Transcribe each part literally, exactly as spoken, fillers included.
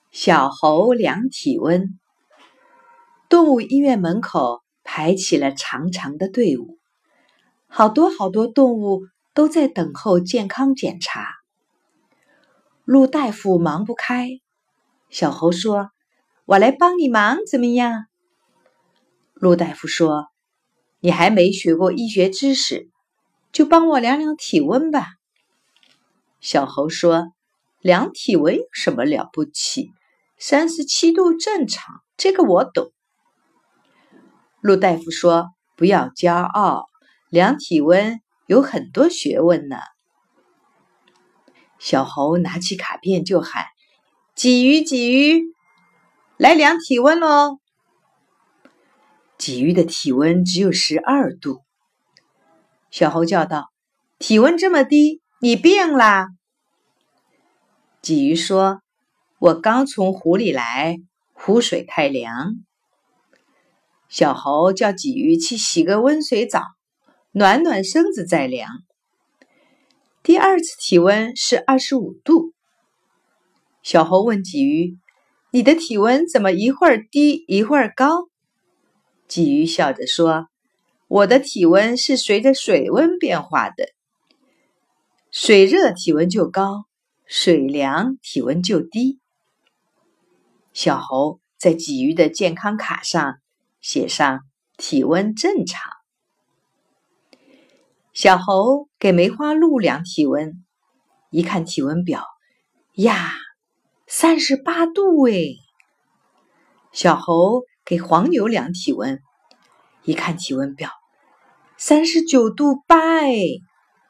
小猴量体温。动物医院门口排起了长长的队伍，好多好多动物都在等候健康检查。陆大夫忙不开，小猴说：“我来帮你忙，怎么样？”陆大夫说：“你还没学过医学知识，就帮我量量体温吧。”小猴说：“量体温有什么了不起？三十七度正常，这个我懂。”陆大夫说：“不要骄傲，量体温有很多学问呢。”小猴拿起卡片就喊：“鲫鱼，鲫鱼，来量体温咯！”鲫鱼的体温只有十二度。小猴叫道：“体温这么低，你病啦？”鲫鱼说：“我刚从湖里来，湖水太凉。”小猴叫鲫鱼去洗个温水澡，暖暖身子再量。第二次体温是二十五度。小猴问鲫鱼：“你的体温怎么一会儿低一会儿高？”鲫鱼笑着说：“我的体温是随着水温变化的，水热体温就高，水凉体温就低。”小猴在鲫鱼的健康卡上写上体温正常。小猴给梅花鹿量体温，一看体温表，呀，三十八度诶。小猴给黄牛量体温，一看体温表，三十九度八诶。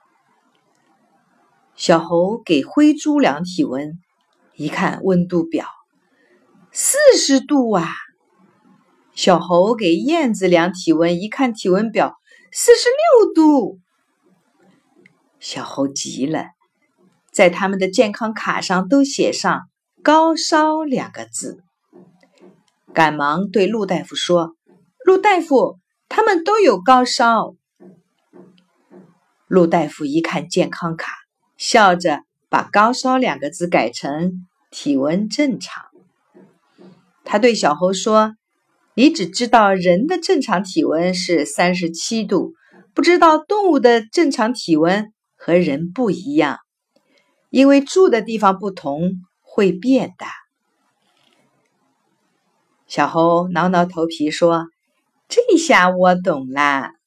小猴给灰猪量体温，一看温度表，四十度啊。小猴给燕子量体温，一看体温表，四十六度。小猴急了，在他们的健康卡上都写上高烧两个字，赶忙对陆大夫说：“陆大夫，他们都有高烧。”陆大夫一看健康卡，笑着把高烧两个字改成体温正常。他对小猴说：“你只知道人的正常体温是三十七度，不知道动物的正常体温和人不一样，因为住的地方不同，会变的。”小猴挠挠头皮说：“这下我懂啦。”